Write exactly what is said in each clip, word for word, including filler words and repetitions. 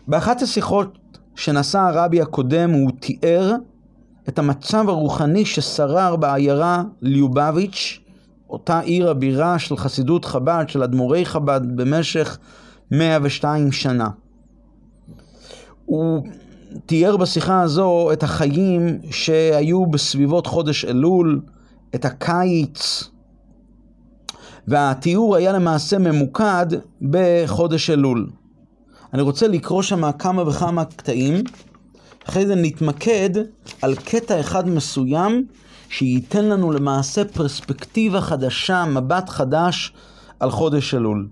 באחת השיחות שנשא הרבי הקודם הוא תיאר את המצב הרוחני ששרר בעיירה ליובביץ', אותה עיר הבירה של חסידות חב"ד, של אדמו"רי חב"ד, במשך מאה ושתיים שנה. הוא תיאר בשיחה הזו את החיים שהיו בסביבות חודש אלול, את הקיץ, והתיאור היה למעשה ממוקד בחודש אלול. אני רוצה לקרוא שם כמה וכמה קטעים, אחרי זה נתמקד על קטע אחד מסוים שייתן לנו למעשה פרספקטיבה חדשה, מבט חדש על חודש אלול.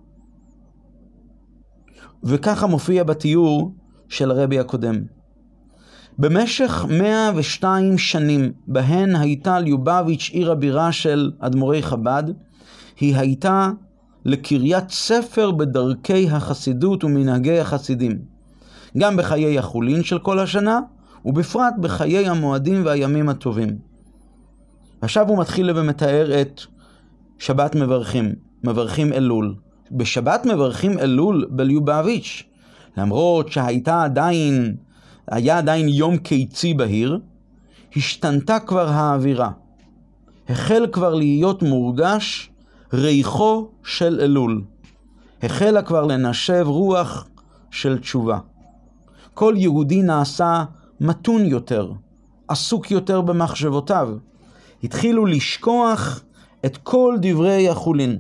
וככה מופיע בתיאור של הרבי הקודם. במשך מאה ושתיים שנים בהן הייתה ליובביץ' עיר הבירה של אדמו"רי חב"ד, היא הייתה לקריית ספר בדרכי החסידות ומנהגי החסידים, גם בחיי החולין של כל השנה, ובפרט בחיי המועדים והימים הטובים. עכשיו הוא מתחיל ומתאר את שבת מברכים, מברכים אלול. בשבת מברכים אלול בליובביץ', למרות שהייתה עדיין, היה עדיין יום קיצי בהיר, השתנתה כבר האווירה. החל כבר להיות מורגש ריחו של אלול. החלה כבר לנשב רוח של תשובה. כל יהודי נעשה מתון יותר, עסוק יותר במחשבותיו. התחילו לשכוח את כל דברי החולין.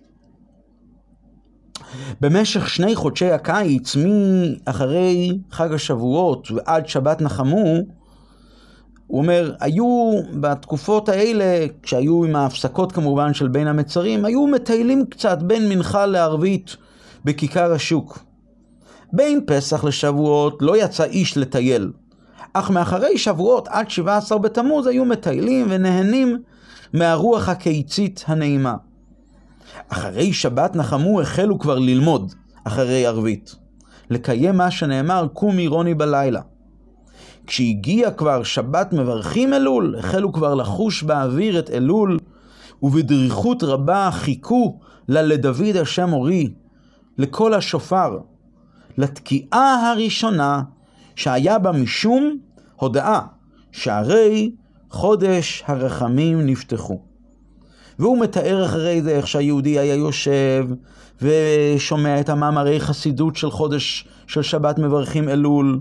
במשך שני חודשי הקיץ, מאחרי חג השבועות ועד שבת נחמו, הוא אומר, היו בתקופות האלה, כשהיו עם ההפסקות כמובן של בין המצרים, היו מטיילים קצת בין מנחה לערבית בכיכר השוק. בין פסח לשבועות לא יצא איש לטייל, אך מאחרי שבועות עד שבעה עשר בתמוז היו מטיילים ונהנים מהרוח הקיצית הנעימה. אחרי שבת נחמו החלו כבר ללמוד אחרי ערבית, לקיים מה שנאמר קומי רוני בלילה. כשהגיע כבר שבת מברכים אלול, החלו כבר לחוש באוויר את אלול, ובדריכות רבה חיכו לה לדוד השם אורי, לכל השופר, לתקיעה הראשונה שהיה בה משום הודעה שהרי חודש הרחמים נפתחו. והוא מתאר אחרי זה איך שהיהודי היה יושב ושומע את המאמרי חסידות של חודש של שבת מברכים אלול.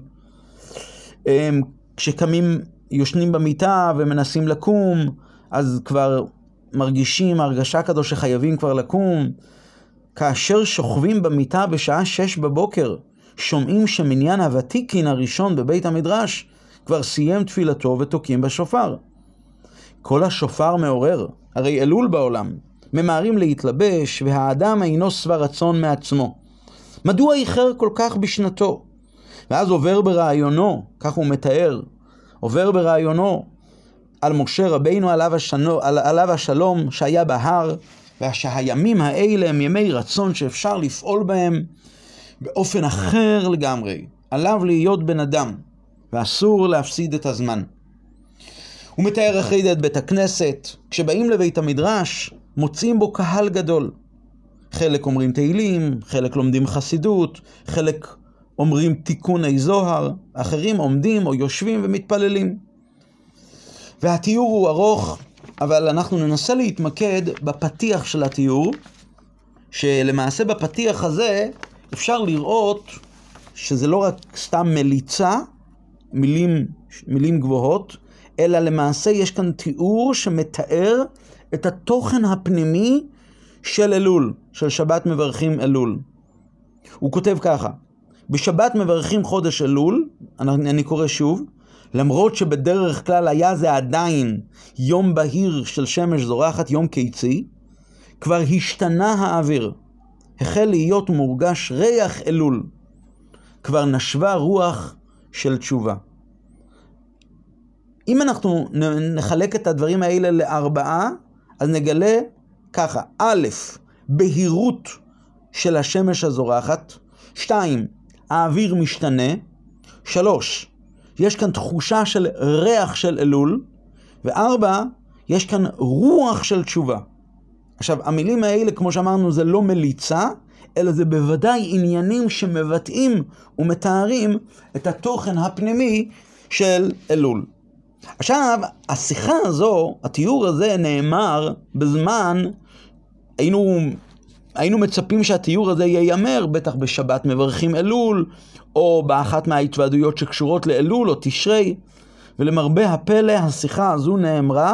כשקמים יושנים במיטה ומנסים לקום, אז כבר מרגישים הרגשה כזו שחייבים כבר לקום. כאשר שוכבים במיטה בשעה שש בבוקר, שומעים שמניין הוותיקין הראשון בבית המדרש כבר סיים תפילתו ותוקים בשופר. כל השופר מעורר, הרי אלול בעולם, ממהרים להתלבש, והאדם אינו שבע רצון מעצמו. מדוע איחר כל כך בשנתו? ואז עובר ברעיונו, כך הוא מתאר, עובר ברעיונו על משה רבינו עליו, השנו, על, עליו השלום שהיה בהר, ושהימים האלה הם ימי רצון שאפשר לפעול בהם באופן אחר לגמרי. עליו להיות בן אדם, ואסור להפסיד את הזמן. הוא מתאר אחרי זה את בית הכנסת, כשבאים לבית המדרש, מוצאים בו קהל גדול. חלק אומרים תהילים, חלק לומדים חסידות, חלק אומרים תיקוני זוהר, אחרים עומדים או יושבים ומתפללים. והתיאור הוא ארוך, אבל אנחנו ננסה להתמקד בפתיח של התיאור, שלמעשה בפתיח הזה אפשר לראות שזה לא רק סתם מליצה, מילים, מילים גבוהות, אלא למעשה יש כאן תיאור שמתאר את התוכן הפנימי של אלול, של שבת מברכים אלול. הוא כותב ככה, בשבת מברכים חודש אלול, אני, אני קורא שוב, למרות שבדרך כלל היה זה עדיין יום בהיר של שמש זורחת, יום קיצי, כבר השתנה האוויר, החל להיות מורגש ריח אלול, כבר נשבה רוח של תשובה. אם אנחנו נחלק את הדברים האלה לארבעה, אז נגלה ככה, א', בהירות של השמש הזורחת, שתיים, האוויר משתנה, שלוש, יש כאן תחושה של ריח של אלול, וארבע, יש כאן רוח של תשובה. עכשיו, המילים האלה, כמו שאמרנו, זה לא מליצה, אלא זה בוודאי עניינים שמבטאים ומתארים את התוכן הפנימי של אלול. עכשיו, השיחה הזו, התיאור הזה נאמר בזמן, היינו, היינו מצפים שהתיאור הזה ייאמר, בטח בשבת מברכים אלול, או באחת מההתוועדויות שקשורות לאלול או תשרי, ולמרבה הפלא השיחה הזו נאמרה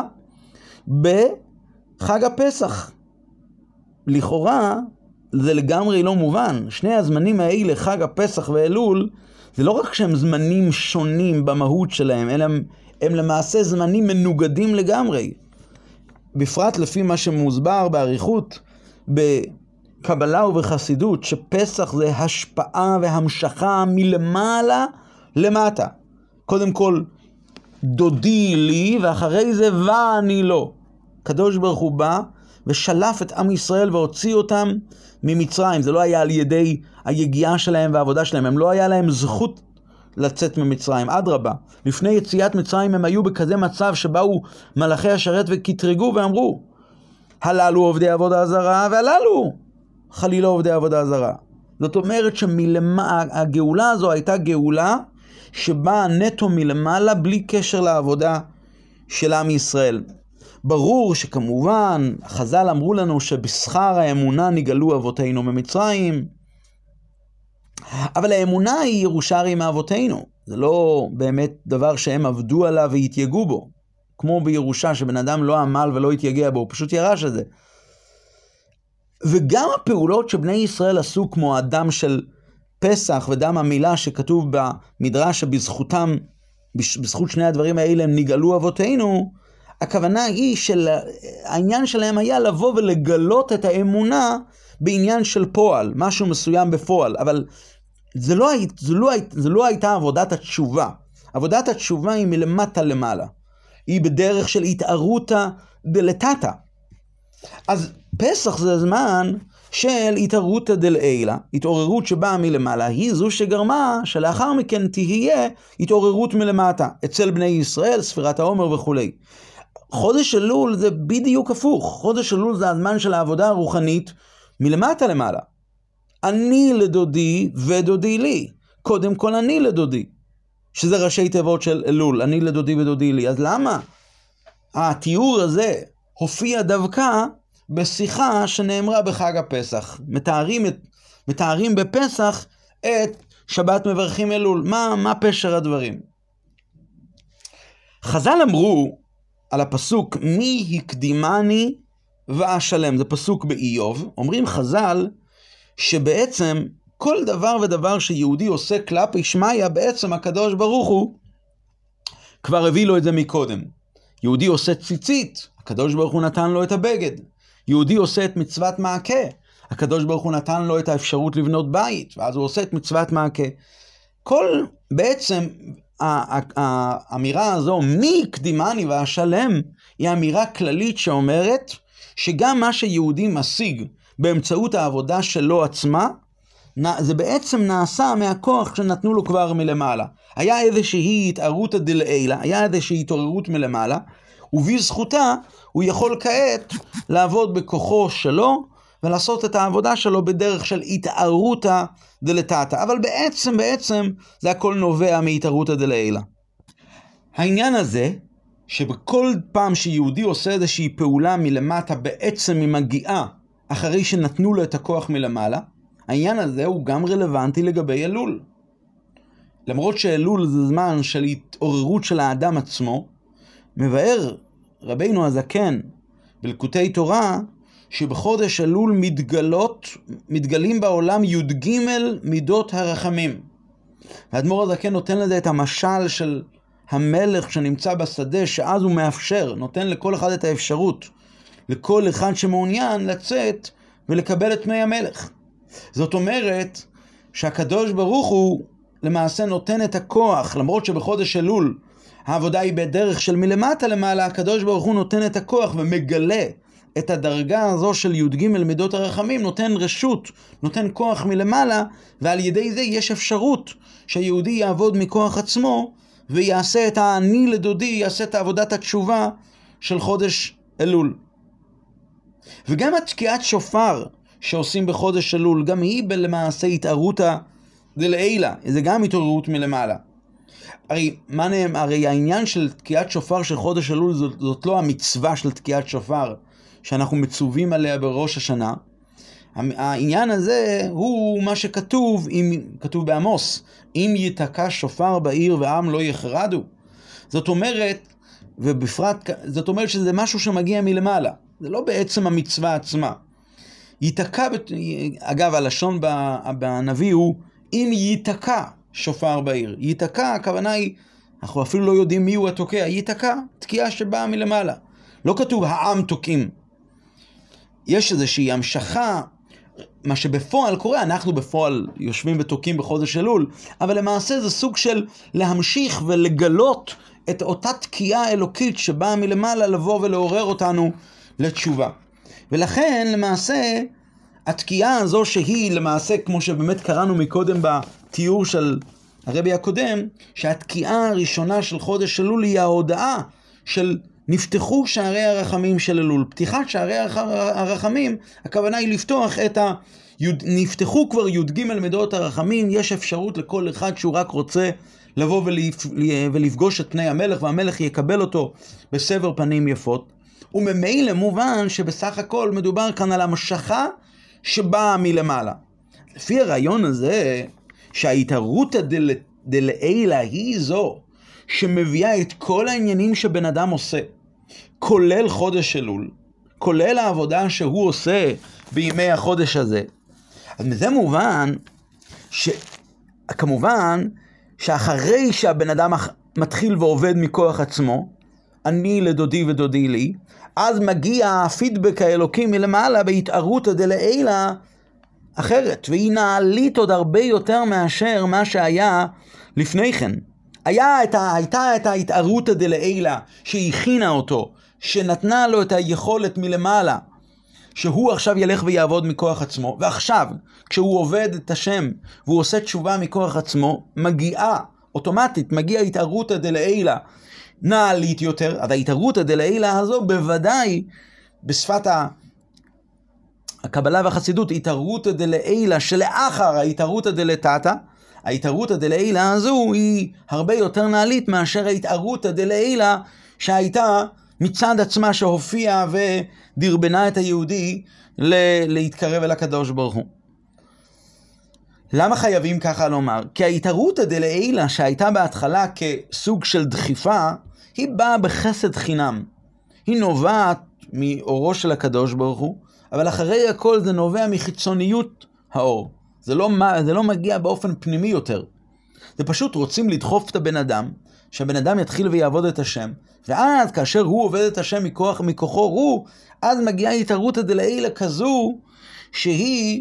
בחג הפסח. לכאורה זה לגמרי לא מובן. שני הזמנים האלה, חג הפסח ואלול, זה לא רק שהם זמנים שונים במהות שלהם, אלא הם, הם למעשה זמנים מנוגדים לגמרי. בפרט לפי מה שמוסבר באריכות בקבלה ובחסידות, שפסח זה השפעה והמשכה מלמעלה למטה. קודם כל, דודי לי, ואחרי זה ואני לא. קדוש ברוך הוא בא ושלף את עם ישראל והוציא אותם ממצרים. זה לא היה על ידי היגיעה שלהם והעבודה שלהם. הם לא היה להם זכות לצאת ממצרים. אדרבה, לפני יציאת מצרים הם היו בכזה מצב שבאו מלאכי השרת וכתרגו ואמרו, הללו עובדי עבודה זרה והללו חלילה עובדי עבודה זרה. זאת אומרת שהגאולה הזו הייתה גאולה שבאה נטו מלמעלה בלי קשר לעבודה של עם ישראל. ברור שכמובן חז"ל אמרו לנו שבשכר האמונה נגאלו אבותינו ממצרים, אבל האמונה היא ירושה הרי מאבותינו. זה לא באמת דבר שהם עבדו עליו והתייגעו בו, כמו בירושה שבן אדם לא עמל ולא התייגע בו, הוא פשוט ירש את זה. וגם הפעולות שבני ישראל עשו, כמו הדם של פסח ודם המילה שכתוב במדרש שבזכותם, בזכות שני הדברים האלה הם נגאלו אבותינו, הכוונה היא שהעניין שלהם היה לבוא ולגלות את האמונה בעניין של פועל, משהו מסוים בפועל, אבל זה לא, זה לא, זה לא הייתה עבודת התשובה. עבודת התשובה היא מלמטה למעלה. היא בדרך של התערותא דלתתא. אז פסח זה זמן של התערותא דלעילא, התעוררות שבאה מלמעלה, היא זו שגרמה שלאחר מכן תהיה התעוררות מלמטה, אצל בני ישראל, ספירת העומר וכו'. חודש אלול זה בדיוק הפוך. חודש אלול זה הזמן של העבודה הרוחנית מלמטה למעלה. אני לדודי ודודי לי. קודם כל אני לדודי, שזה ראשי תיבות של אלול, אני לדודי ודודי לי. אז למה התיאור הזה הופיע דווקא בשיחה שנאמרה בחג הפסח? מתארים, את, מתארים בפסח את שבת מברכים אלול. מה, מה פשר הדברים? חז"ל אמרו על הפסוק מי הקדימני ואשלם, זה פסוק באיוב. אומרים חז"ל שבעצם כל דבר ודבר שיהודי עושה כלפי שמיה, בעצם הקדוש ברוך הוא כבר הביא לו את זה מקודם. יהודי עושה ציצית, הקדוש ברוך הוא נתן לו את הבגד. יהודי עושה את מצוות מעקה, הקדוש ברוך הוא נתן לו את האפשרות לבנות בית, ואז הוא עושה את מצוות מעקה. כל בעצם האמירה הזו, מי קדימני ואשלם, היא אמירה כללית שאומרת שגם מה שיהודי משיג באמצעות העבודה שלו עצמה, זה בעצם נעשה מהכוח שנתנו לו כבר מלמעלה. היה איזושהי התערותא דלעילא, היה איזושהי התעוררות מלמעלה, ובזכותה הוא יכול כעת לעבוד בכוחו שלו, ולעשות את העבודה שלו בדרך של התערותא דלתתא. אבל בעצם, בעצם, זה הכל נובע מהתערותא דלעילא. העניין הזה, שבכל פעם שיהודי עושה איזושהי פעולה מלמטה, בעצם היא מגיעה אחרי שנתנו לו את הכוח מלמעלה, העניין הזה הוא גם רלוונטי לגבי אלול. למרות שאלול זה זמן של התעוררות של האדם עצמו, מבאר רבינו הזקן בלקוטי תורה, שבחודש אלול מתגלות, מתגלים בעולם י"ג מידות הרחמים. האדמו"ר הזקן נותן לזה את המשל של המלך שנמצא בשדה, שאז הוא מאפשר, נותן לכל אחד את האפשרות, לכל אחד שמעוניין לצאת ולקבל את פני המלך. זאת אומרת שהקדוש ברוך הוא למעשה נותן את הכוח, למרות שבחודש אלול העבודה היא בדרך של מלמטה למעלה, הקדוש ברוך הוא נותן את הכוח ומגלה את הדרגה הזו של י"ג מידות הרחמים, נותן רשות, נותן כוח מלמעלה, ועל ידי זה יש אפשרות שהיהודי יעבוד מכוח עצמו, ויעשה את האני לדודי, יעשה את עבודת התשובה של חודש אלול. וגם התקיעת שופר שעושים בחודש אלול, גם היא למעשה התערותא דלעילא, זה גם התעוררות מלמעלה. הרי, מה נאמר, הרי העניין של תקיעת שופר של חודש אלול זאת, זאת לא המצווה של תקיעת שופר שאנחנו מצווים עליה בראש השנה. העניין הזה הוא מה שכתוב, אם, כתוב בעמוס, אם ייתקע שופר בעיר ועם לא יחרדו. זאת אומרת, ובפרט, זאת אומרת שזה משהו שמגיע מלמעלה. זה לא בעצם המצווה עצמה. ייתקע, אגב, הלשון בנביא הוא, אם ייתקע שופר בעיר. ייתקע, הכוונה היא, אנחנו אפילו לא יודעים מי הוא התוקע. ייתקע, תקיעה שבאה מלמעלה. לא כתוב העם תוקעים. יש איזושהי המשכה, מה שבפועל קורה, אנחנו בפועל יושבים ותוקעים בחודש אלול, אבל למעשה זה סוג של להמשיך ולגלות את אותה תקיעה אלוקית שבאה מלמעלה לבוא ולעורר אותנו לתשובה. ולכן למעשה התקיעה הזו שהיא למעשה כמו שבאמת קראנו מקודם בתיאור של הרבי הקודם, שהתקיעה הראשונה של חודש אלול היא ההודעה של נפתחו שערי הרחמים של אלול. פתיחת שערי הרחמים, הכוונה היא לפתוח את ה... נפתחו כבר י"ג מידות הרחמים, יש אפשרות לכל אחד שהוא רק רוצה לבוא ולפגוש את פני המלך, והמלך יקבל אותו בסבר פנים יפות. וממילא מובן שבסך הכל מדובר כאן על המשכה שבאה מלמעלה. לפי הרעיון הזה, שההתערותא דלעילא היא זו שמביאה את כל העניינים שבן אדם עושה, כולל חודש אלול, כולל העבודה שהוא עושה בימי החודש הזה. אז מזה מובן, שכמובן, שאחרי שהבן אדם מתחיל ועובד מכוח עצמו, אני לדודי ודודי לי, אז מגיע הפידבק האלוקי מלמעלה בהתערותא דלעילא אחרת, והיא נעלית עוד הרבה יותר מאשר מה שהיה לפני כן. היה את ה, הייתה את ההתערותא דלעילא שהכינה אותו, שנתנה לו את היכולת מלמעלה, שהוא עכשיו ילך ויעבוד מכוח עצמו, ועכשיו כשהוא עובד את השם והוא עושה תשובה מכוח עצמו, מגיעה, אוטומטית מגיעה התערותא דלעילא נעלית יותר. אז ההתערותא דלעילא הזו בוודאי בשפת הקבלה והחסידות התערותא דלעילא שלאחר ההתערותא דלתתא. ההתערותא דלעילא הזו היא הרבה יותר נעלית מאשר ההתערותא דלעילא שהייתה מצד עצמה שהופיעה ודרבנה את היהודי להתקרב אל הקדוש ברוך הוא. למה חייבים ככה לומר? כי ההתערותא דלעילא שהייתה בהתחלה כסוג של דחיפה, היא באה בחסד חינם. היא נובעת מאורו של הקדוש ברוך הוא, אבל אחרי הכל זה נובע מחיצוניות האור. זה לא, זה לא מגיע באופן פנימי יותר. זה פשוט רוצים לדחוף את הבן אדם, שהבן אדם יתחיל ויעבוד את השם, ואז כאשר הוא עובד את השם מכוח, מכוחו הוא, אז מגיעה התערותא דלעילא כזו, שהיא,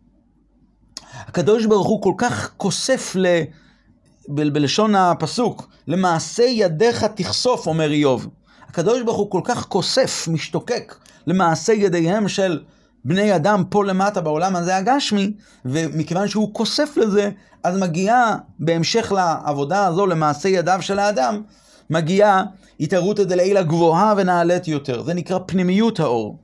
הקדוש ברוך הוא כל כך כוסף ל, ב, בלשון הפסוק, למעשה ידיך תחשוף, אומר איוב. הקדוש ברוך הוא כל כך כוסף, משתוקק, למעשה ידיהם של בני אדם פה למטה בעולם הזה הגשמי, ומכיוון שהוא כוסף לזה, אז מגיעה בהמשך לעבודה הזו למעשה ידיו של האדם, מגיעה התערותא דלעילא גבוהה ונעלית יותר. זה נקרא פנימיות האור.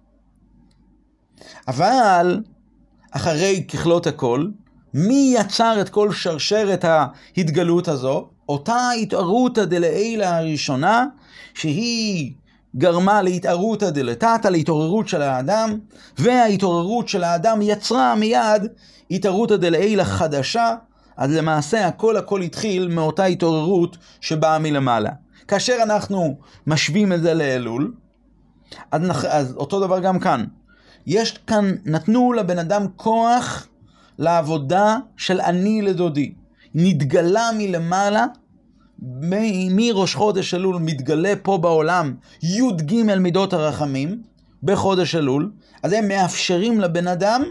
אבל אחרי ככלות הכל, מי יצר את כל שרשרת ההתגלות הזו? אותה התערותא דלעילא הראשונה, שהיא גרמה להתערותא דלתתא, להתעוררות של האדם, וההתעוררות של האדם יצרה מיד התערותא דלעילא חדשה. אז למעשה הכל הכל התחיל מאותה התעוררות שבאה מלמעלה. כאשר אנחנו משווים את זה לאלול, אז, אז אותו דבר גם כאן. יש כאן, נתנו לבן אדם כוח לעבודה של אני לדודי. נתגלה מלמעלה, מראש חודש אלול מתגלה פה בעולם י"ג מידות הרחמים בחודש אלול. אז הם מאפשרים לבן אדם,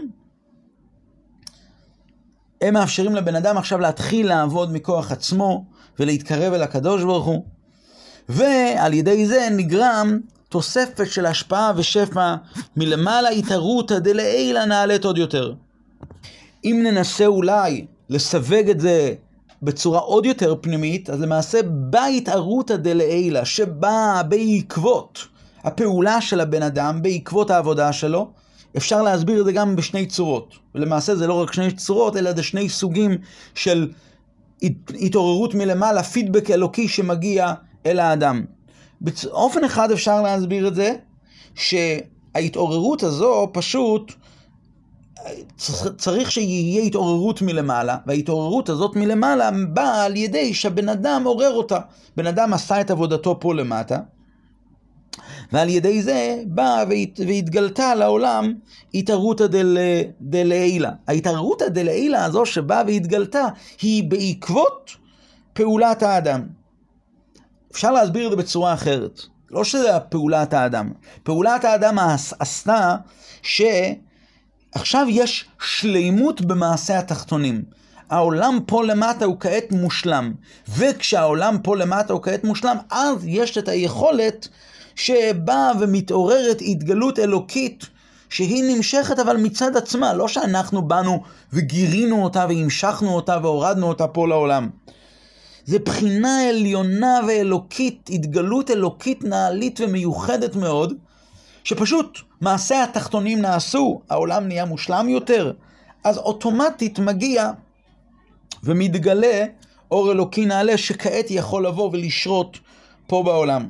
הם מאפשרים לבן אדם עכשיו להתחיל לעבוד מכוח עצמו ולהתקרב אל הקדוש ברוך הוא. ועל ידי זה נגרם תוספת של השפעה ושפע מלמעלה, התערותא דלעילא נעלית עוד יותר. אם ננסה אולי לסווג את זה בצורה עוד יותר פנימית, אז למעשה בהתערותא דלעילא שבאה בעקבות הפעולה של הבן אדם, בעקבות העבודה שלו, אפשר להסביר את זה גם בשני צורות. ולמעשה זה לא רק שני צורות, אלא זה שני סוגים של התעוררות מלמעלה, פידבק אלוקי שמגיע אל האדם. באופן אחד אפשר להסביר את זה, שההתעוררות הזו פשוט צריך שיהיה התעוררות מלמעלה, וההתעוררות הזאת מלמעלה באה על ידי שהבן אדם עורר אותה. בן אדם עשה את עבודתו פה למטה, ועל ידי זה באה והתגלתה לעולם התערותא דלעילא. ההתערותא דלעילא הזו שבאה והתגלתה היא בעקבות פעולת האדם. אפשר להסביר את זה בצורה אחרת. לא שזה פעולת האדם. פעולת האדם עשתה שעכשיו יש שלימות במעשה התחתונים. העולם פה למטה הוא כעת מושלם. וכשהעולם פה למטה הוא כעת מושלם, אז יש את היכולת שבאה ומתעוררת התגלות אלוקית שהיא נמשכת אבל מצד עצמה. לא שאנחנו באנו וגירינו אותה והמשכנו אותה והורדנו אותה פה לעולם. זה בחינה עליונה ואלוקית, התגלות אלוקית נעלית ומיוחדת מאוד, שפשוט מעשה התחתונים נעשו, העולם נהיה מושלם יותר, אז אוטומטית מגיע ומתגלה אור אלוקי נעלה שכעת יכול לבוא ולשרות פה בעולם.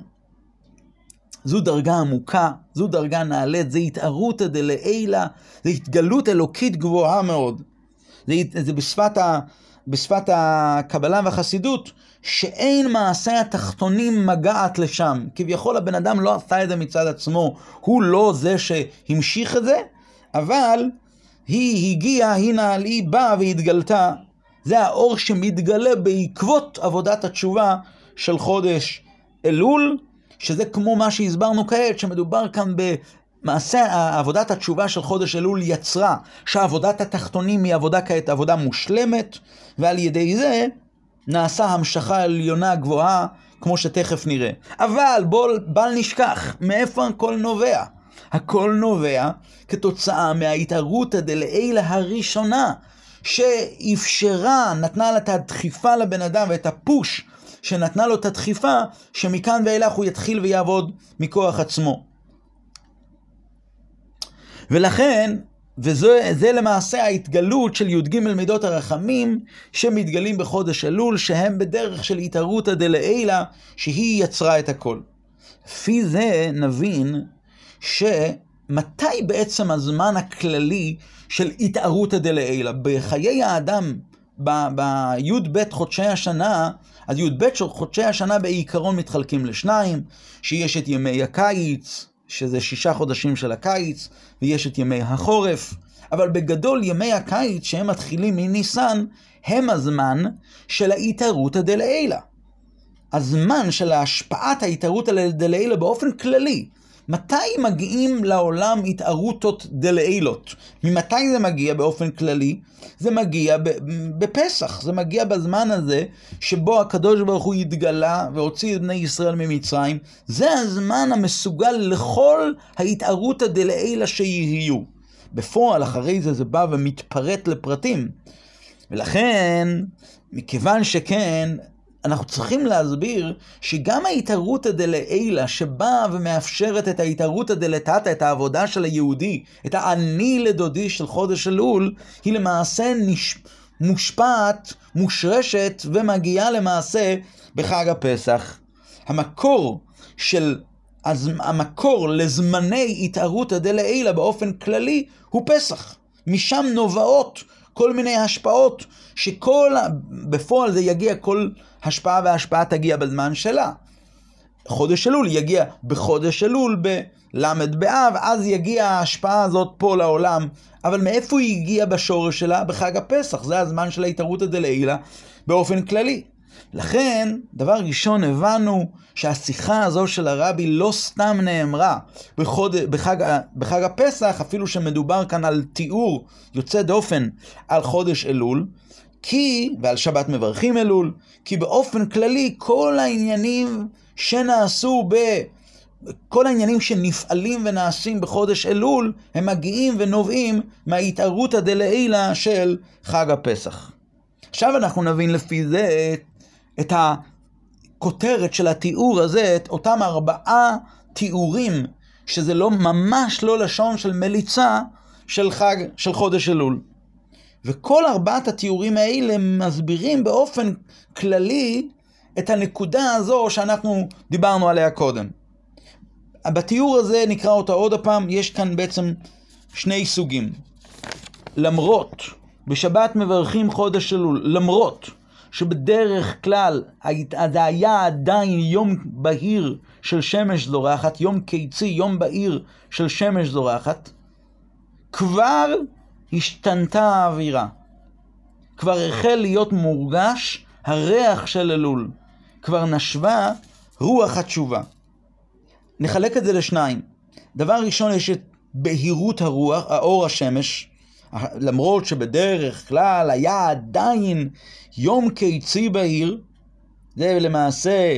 זו דרגה עמוקה, זו דרגה נעלית, זה התערותא דלעילא, זה התגלות אלוקית גבוהה מאוד. זה, זה בשפת, ה, בשפת הקבלה והחסידות, שאין מעשה התחתונים מגעת לשם. כביכול הבן אדם לא עשה את זה מצד עצמו, הוא לא זה שהמשיך את זה, אבל היא הגיעה, היא נעל, היא באה והתגלתה. זה האור שמתגלה בעקבות עבודת התשובה של חודש אלול, שזה כמו מה שהסברנו כעת, שמדובר כאן במעשה עבודת התשובה של חודש אלול יצרה, שעבודת התחתונים היא עבודה כעת, עבודה מושלמת, ועל ידי זה נעשה המשכה עליונה גבוהה, כמו שתכף נראה. אבל בוא בל נשכח, מאיפה הכל נובע? הכל נובע כתוצאה מההתערותא דלעילא הראשונה, שאפשרה, נתנה לה את הדחיפה לבן אדם ואת הפוש, שנתנה לו את הדחיפה, שמכאן ואילך הוא יתחיל ויעבוד מכוח עצמו. ולכן, וזה זה למעשה ההתגלות של י"ג מידות הרחמים, שמתגלים בחודש אלול, שהם בדרך של התערותא דלעילא, שהיא יצרה את הכל. לפי זה נבין שמתי בעצם הזמן הכללי של התערותא דלעילא. בחיי האדם, בי"ב חודשי השנה, אז י"ב חודשי השנה בעיקרון מתחלקים לשניים, שיש את ימי הקיץ, שזה שישה חודשים של הקיץ, ויש את ימי החורף. אבל בגדול ימי הקיץ שהם מתחילים מניסן, הם הזמן של ההתערותא דלעילא. הזמן של השפעת ההתערותא דלעילא באופן כללי. מתי מגיעים לעולם התערותות דלעילות? ממתי זה מגיע באופן כללי? זה מגיע בפסח, זה מגיע בזמן הזה שבו הקדוש ברוך הוא יתגלה והוציא את בני ישראל ממצרים. זה הזמן המסוגל לכל ההתערותא דלעילא שיהיו. בפועל אחרי זה זה בא ומתפרט לפרטים. ולכן, מכיוון שכן, אנחנו צריכים להסביר שגם ההתערותא דלעילא שבאה ומאפשרת את ההתערותא דלתתא, את העבודה של היהודי, את האני לדודי של חודש אלול, היא למעשה נש... מושפעת, מושרשת ומגיעה למעשה בחג הפסח. המקור של אז המקור לזמני התערותא דלעילא באופן כללי הוא פסח. משם נובעות כל מיני השפעות, שכל, בפועל זה יגיע, כל השפעה והשפעה תגיע בזמן שלה. חודש אלול יגיע בחודש אלול, בלמד באב, אז יגיע ההשפעה הזאת פה לעולם. אבל מאיפה היא הגיעה בשורש שלה? בחג הפסח. זה הזמן של ההתערותא דלעילא באופן כללי. לכן, דבר ראשון הבנו שהשיחה הזו של הרבי לא סתם נאמרה בחוד... בחג... בחג הפסח, אפילו שמדובר כאן על תיאור יוצא דופן על חודש אלול, כי, ועל שבת מברכים אלול, כי באופן כללי כל העניינים שנעשו ב... כל העניינים שנפעלים ונעשים בחודש אלול, הם מגיעים ונובעים מההתערותא דלעילא של חג הפסח. עכשיו אנחנו נבין לפי זה את הכותרת של התיאור הזה, את אותם ארבעה תיאורים שזה לא ממש לא לשון של מליצה של חג, של חודש אלול. וכל ארבעת התיאורים האלה מסבירים באופן כללי את הנקודה הזו שאנחנו דיברנו עליה קודם. בתיאור הזה נקרא אותה עוד הפעם, יש כאן בעצם שני סוגים. למרות, בשבת מברכים חודש אלול, למרות שבדרך כלל זה היה עדיין יום בהיר של שמש זורחת, יום קיצי, יום בהיר של שמש זורחת, כבר השתנתה האווירה. כבר החל להיות מורגש הריח של אלול. כבר נשבה רוח התשובה. נחלק את זה לשניים. דבר ראשון, יש את בהירות הרוח, האור השמש, למרות שבדרך כלל היה עדיין יום קיצי בהיר, זה למעשה,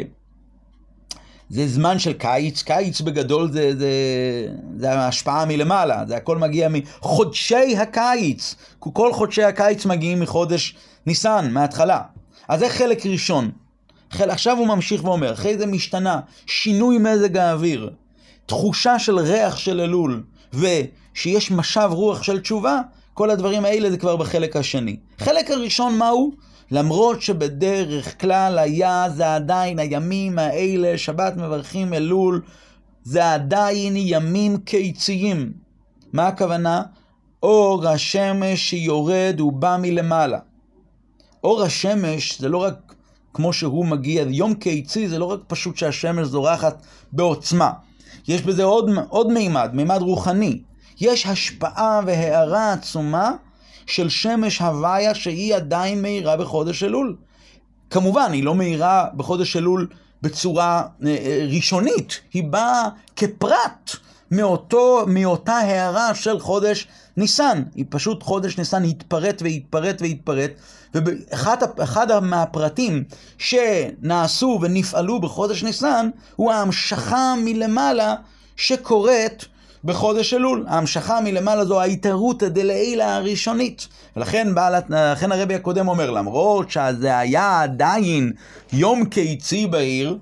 זה זמן של קיץ, קיץ בגדול זה, זה, זה ההשפעה מלמעלה, זה הכל מגיע מחודשי הקיץ, כל חודשי הקיץ מגיעים מחודש ניסן, מההתחלה. אז זה חלק ראשון. עכשיו הוא ממשיך ואומר, אחרי זה משתנה, שינוי מזג האוויר, תחושה של ריח של אלול, ושיש משב רוח של תשובה, כל הדברים האלה זה כבר בחלק השני. חלק הראשון מהו? למרות שבדרך כלל היה, זה עדיין הימים האלה, שבת מברכים אלול, זה עדיין ימים קיציים. מה הכוונה? אור השמש שיורד ובא מלמעלה. אור השמש זה לא רק כמו שהוא מגיע, יום קיצי זה לא רק פשוט שהשמש זורחת בעוצמה. יש בזה עוד, עוד מימד, מימד רוחני. יש השפעה והערה עצומה של שמש הוויה שהיא עדיין מהירה בחודש אלול. כמובן, היא לא מהירה בחודש אלול בצורה ראשונית. היא באה כפרט מאותו, מאותה הערה של חודש ניסן. היא פשוט חודש ניסן התפרט והתפרט והתפרט. ואחד אחד מהפרטים שנעשו ונפעלו בחודש ניסן הוא ההמשכה מלמעלה שקורית בחודש אלול. ההמשכה מלמעלה זו ההתערותא דלעילא הראשונית. ולכן בעלת, לכן הרבי הקודם אומר, למרות שזה היה עדיין יום קיצי בהיר,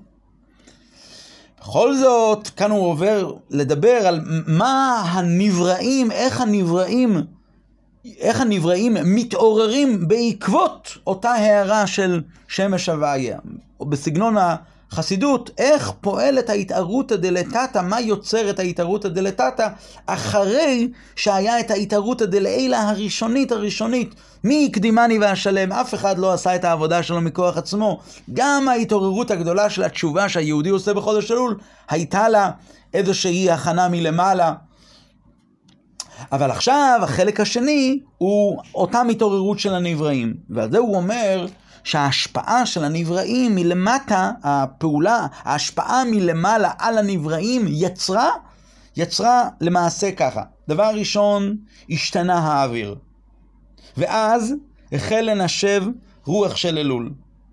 בכל זאת, כאן הוא עובר לדבר על מה הנבראים, איך הנבראים, איך הנבראים מתעוררים בעקבות אותה הערה של שמש הוויה. או בסגנון החסידות, איך פועלת ההתערותא דלתתא, מה יוצר את ההתערותא דלתתא, אחרי שהיה את ההתערותא דלעילא הראשונית הראשונית. מי יקדימני ואשלם? אף אחד לא עשה את העבודה שלו מכוח עצמו. גם ההתעוררות הגדולה של התשובה שהיהודי עושה בחודש אלול, הייתה לה איזושהי הכנה מלמעלה. אבל עכשיו החלק השני הוא אותה מתעוררות של הנבראים. ועל זה הוא אומר שההשפעה של הנבראים מלמטה, הפעולה, ההשפעה מלמעלה על הנבראים יצרה, יצרה למעשה ככה. דבר ראשון, השתנה האוויר. ואז החל לנשב רוח של אלול.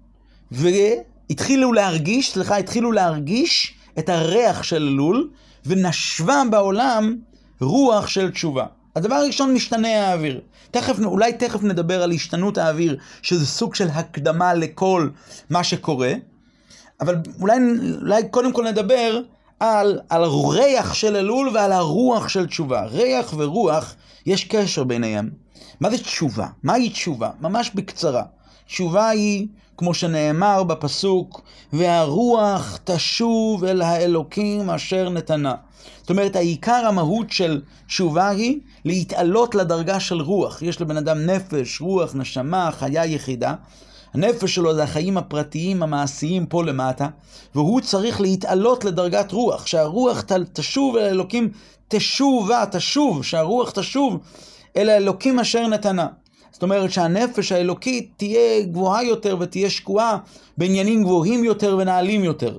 והתחילו להרגיש, סליחה, התחילו להרגיש את הריח של אלול, ונשבה בעולם רוח של תשובה. הדבר הראשון, משתנה האוויר. תכף, אולי תכף נדבר על השתנות האוויר, שזה סוג של הקדמה לכל מה שקורה. אבל אולי, אולי קודם כל נדבר על, על ריח של אלול ועל הרוח של תשובה. ריח ורוח, יש קשר ביניהם. מה זה תשובה? מהי תשובה? ממש בקצרה. תשובה היא, כמו שנאמר בפסוק, והרוח תשוב אל האלוקים אשר נתנה. זאת אומרת, העיקר המהות של תשובה היא להתעלות לדרגה של רוח. יש לבן אדם נפש, רוח, נשמה, חיה יחידה. הנפש שלו זה החיים הפרטיים, המעשיים פה למטה, והוא צריך להתעלות לדרגת רוח. שהרוח תשוב אל האלוקים, תשובה, תשוב, שהרוח תשוב אל האלוקים אשר נתנה. זאת אומרת שהנפש האלוקית תהיה גבוהה יותר ותהיה שקועה בעניינים גבוהים יותר ונעלים יותר.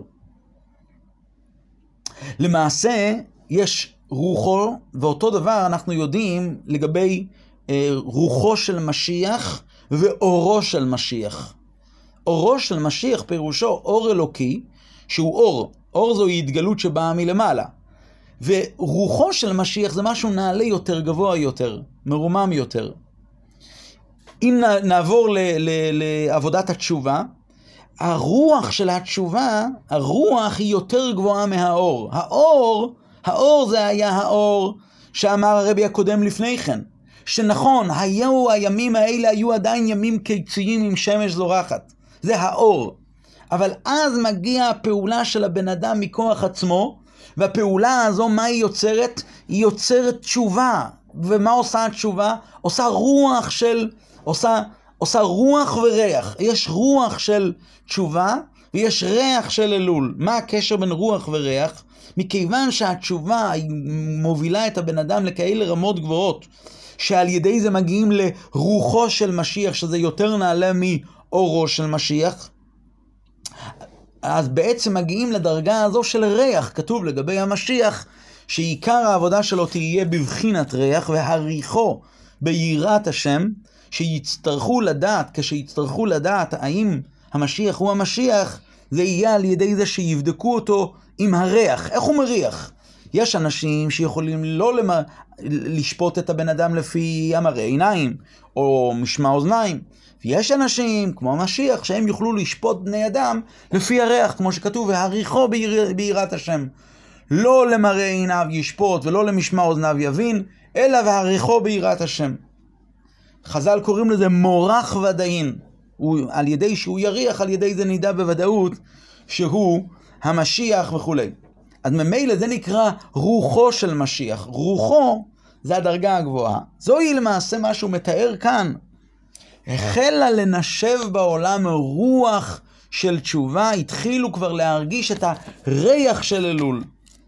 למעשה יש רוחו, ואותו דבר אנחנו יודעים לגבי אה, רוחו של משיח ואורו של משיח. אורו של משיח פירושו אור אלוקי, שהוא אור. אור זו התגלות שבאה מלמעלה. ורוחו של משיח זה משהו נעלה יותר, גבוה יותר, מרומם יותר. אם נעבור ל- ל- לעבודת התשובה, הרוח של התשובה, הרוח היא יותר גבוהה מהאור. האור האור זה היה האור שאמר הרבי הקודם לפני כן, שנכון, היו הימים האלה היו עדיין ימים קיציים עם שמש זורחת. זה האור. אבל אז מגיעה הפעולה של הבן אדם מכוח עצמו, והפעולה הזו, מה היא יוצרת? היא יוצרת תשובה. ומה עושה התשובה? עושה רוח של, עושה, עושה רוח וריח. יש רוח של תשובה, ויש ריח של אלול. מה הקשר בין רוח וריח? מכיוון שהתשובה היא מובילה את הבן אדם לכאלה רמות גבוהות, שעל ידי זה מגיעים לרוחו של משיח, שזה יותר נעלה מאורו של משיח, אז בעצם מגיעים לדרגה הזו של ריח. כתוב לגבי המשיח, שעיקר העבודה שלו תהיה בבחינת ריח, והריחו ביראת השם, שיצטרכו לדעת, כשיצטרכו לדעת האם המשיח הוא המשיח, זה יהיה על ידי זה שיבדקו אותו עם הריח. איך הוא מריח? יש אנשים שיכולים לא למ... לשפוט את הבן אדם לפי המראה עיניים, או משמע אוזניים. ויש אנשים, כמו המשיח, שהם יוכלו לשפוט בני אדם לפי הריח, כמו שכתוב, והריחו ביר... ביראת השם. לא למראה עיניו ישפוט, ולא למשמע אוזניו יבין, אלא והריחו ביראת השם. חז"ל קוראים לזה מורח ודאין. הוא, על ידי שהוא יריח, על ידי זה נדע בוודאות שהוא המשיח וכו'. אז ממילא זה נקרא רוחו של משיח. רוחו זה הדרגה הגבוהה. זוהי למעשה מה שהוא מתאר כאן. החלה לנשב בעולם רוח של תשובה, התחילו כבר להרגיש את הריח של אלול.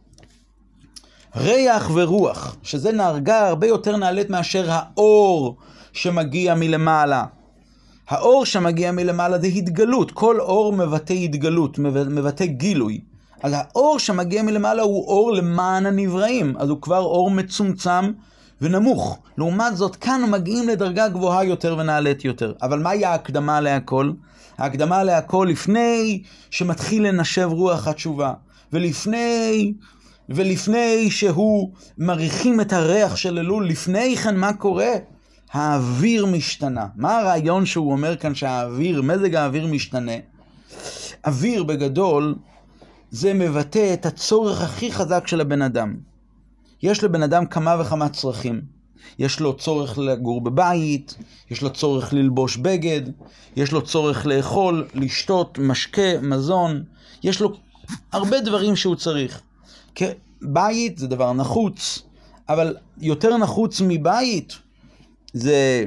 ריח ורוח, שזה נהרגה הרבה יותר נעלית מאשר האור שמגיע מלמעלה. האור שמגיע מלמעלה זה התגלות, כל אור מבטא התגלות, מבטא גילוי. אז האור שמגיע מלמעלה הוא אור למען הנבראים, אז הוא כבר אור מצומצם ונמוך. לעומת זאת, כאן מגיעים לדרגה גבוהה יותר ונעלית יותר. אבל מהי ההקדמה להכל? ההקדמה להכל לפני שמתחיל לנשב רוח התשובה, ולפני, ולפני שהוא מריחים את הריח של אלול, לפני כן מה קורה? האוויר משתנה. מה הרעיון שהוא אומר כאן שהאוויר, מזג האוויר משתנה? אוויר בגדול זה מבטא את הצורך הכי חזק של הבן אדם. יש לבן אדם כמה וכמה צרכים. יש לו צורך לגור בבית, יש לו צורך ללבוש בגד, יש לו צורך לאכול, לשתות, משקה, מזון. יש לו הרבה דברים שהוא צריך. בית זה דבר נחוץ, אבל יותר נחוץ מבית זה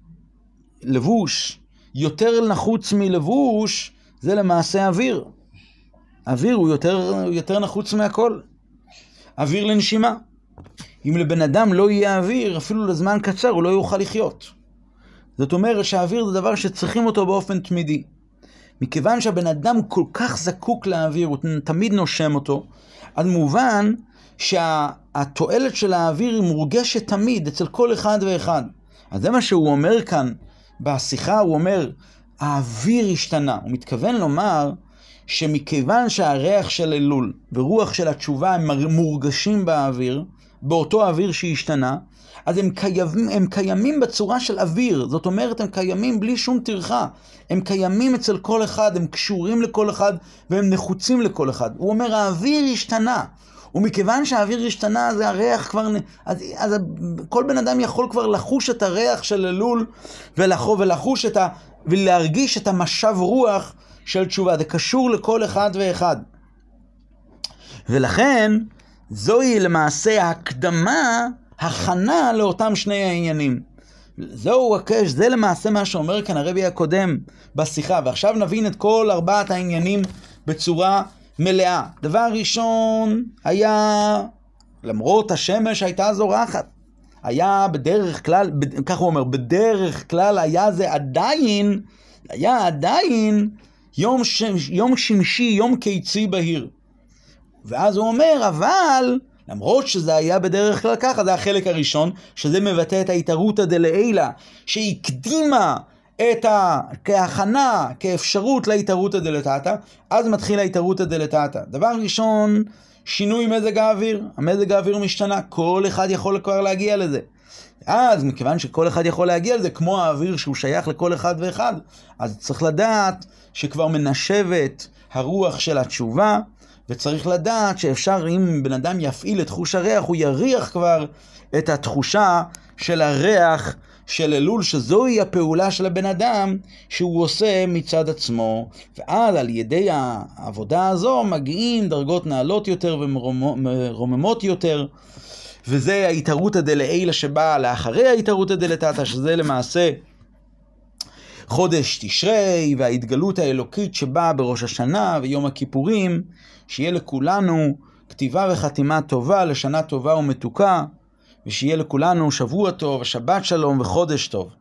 לבוש. יותר נחוץ מלבוש זה למעשה אוויר. אוויר הוא יותר, יותר נחוץ מהכל. אוויר לנשימה. אם לבן אדם לא יהיה אוויר, אפילו לזמן קצר הוא לא יוכל לחיות. זאת אומרת שהאוויר זה דבר שצריכים אותו באופן תמידי. מכיוון שהבן אדם כל כך זקוק לאוויר, הוא תמיד נושם אותו, אז מובן שהתועלת של האוויר היא מורגשת תמיד אצל כל אחד ואחד. אז זה מה שהוא אומר כאן בשיחה, הוא אומר, האוויר השתנה. הוא מתכוון לומר שמכיוון שהריח של אלול ורוח של התשובה הם מורגשים באוויר, באותו האוויר שהשתנה, אז הם קיימים, הם קיימים בצורה של אוויר. זאת אומרת, הם קיימים בלי שום טרחה. הם קיימים אצל כל אחד, הם קשורים לכל אחד, והם נחוצים לכל אחד. הוא אומר, האוויר השתנה. ומכיוון שהאוויר השתנה, אז הריח כבר... אז, אז כל בן אדם יכול כבר לחוש את הריח של אלול, ולחו, ולחוש את ה... ולהרגיש את המשב רוח של תשובה. זה קשור לכל אחד ואחד. ולכן, זוהי למעשה ההקדמה, הכנה לאותם שני העניינים. זהו הקש, זה למעשה מה שאומר כאן הרבי הקודם בשיחה. ועכשיו נבין את כל ארבעת העניינים בצורה מלאה. דבר ראשון היה, למרות השמש הייתה זורחת, היה בדרך כלל, כך הוא אומר, בדרך כלל היה זה עדיין, היה עדיין יום, שמש, יום שמשי, יום קיצי בהיר. ואז הוא אומר, אבל למרות שזה היה בדרך כלל ככה, זה החלק הראשון, שזה מבטא את ההתערותא דלעילא, שהקדימה את ה... כהכנה, כאפשרות להתערותא דלתתא, אז מתחיל ההתערותא דלתתא. דבר ראשון, שינוי מזג האוויר. המזג האוויר משתנה, כל אחד יכול כבר להגיע לזה. אז מכיוון שכל אחד יכול להגיע לזה, כמו האוויר שהוא שייך לכל אחד ואחד, אז צריך לדעת שכבר מנשבת הרוח של התשובה, וצריך לדעת שאפשר, אם בן אדם יפעיל את חוש הריח, הוא יריח כבר את התחושה של הריח של אלול, שזוהי הפעולה של הבן אדם שהוא עושה מצד עצמו, ואז על ידי העבודה הזו מגיעים דרגות נעלות יותר ומרוממות יותר, וזה ההתערותא דלעילא שבאה לאחרי ההתערותא דלתתא, שזה למעשה חודש תשרי וההתגלות האלוקית שבאה בראש השנה ויום הכיפורים, שיהיה לכולנו כתיבה וחתימה טובה לשנה טובה ומתוקה, ושיהיה לכולנו שבוע טוב, שבת שלום וחודש טוב.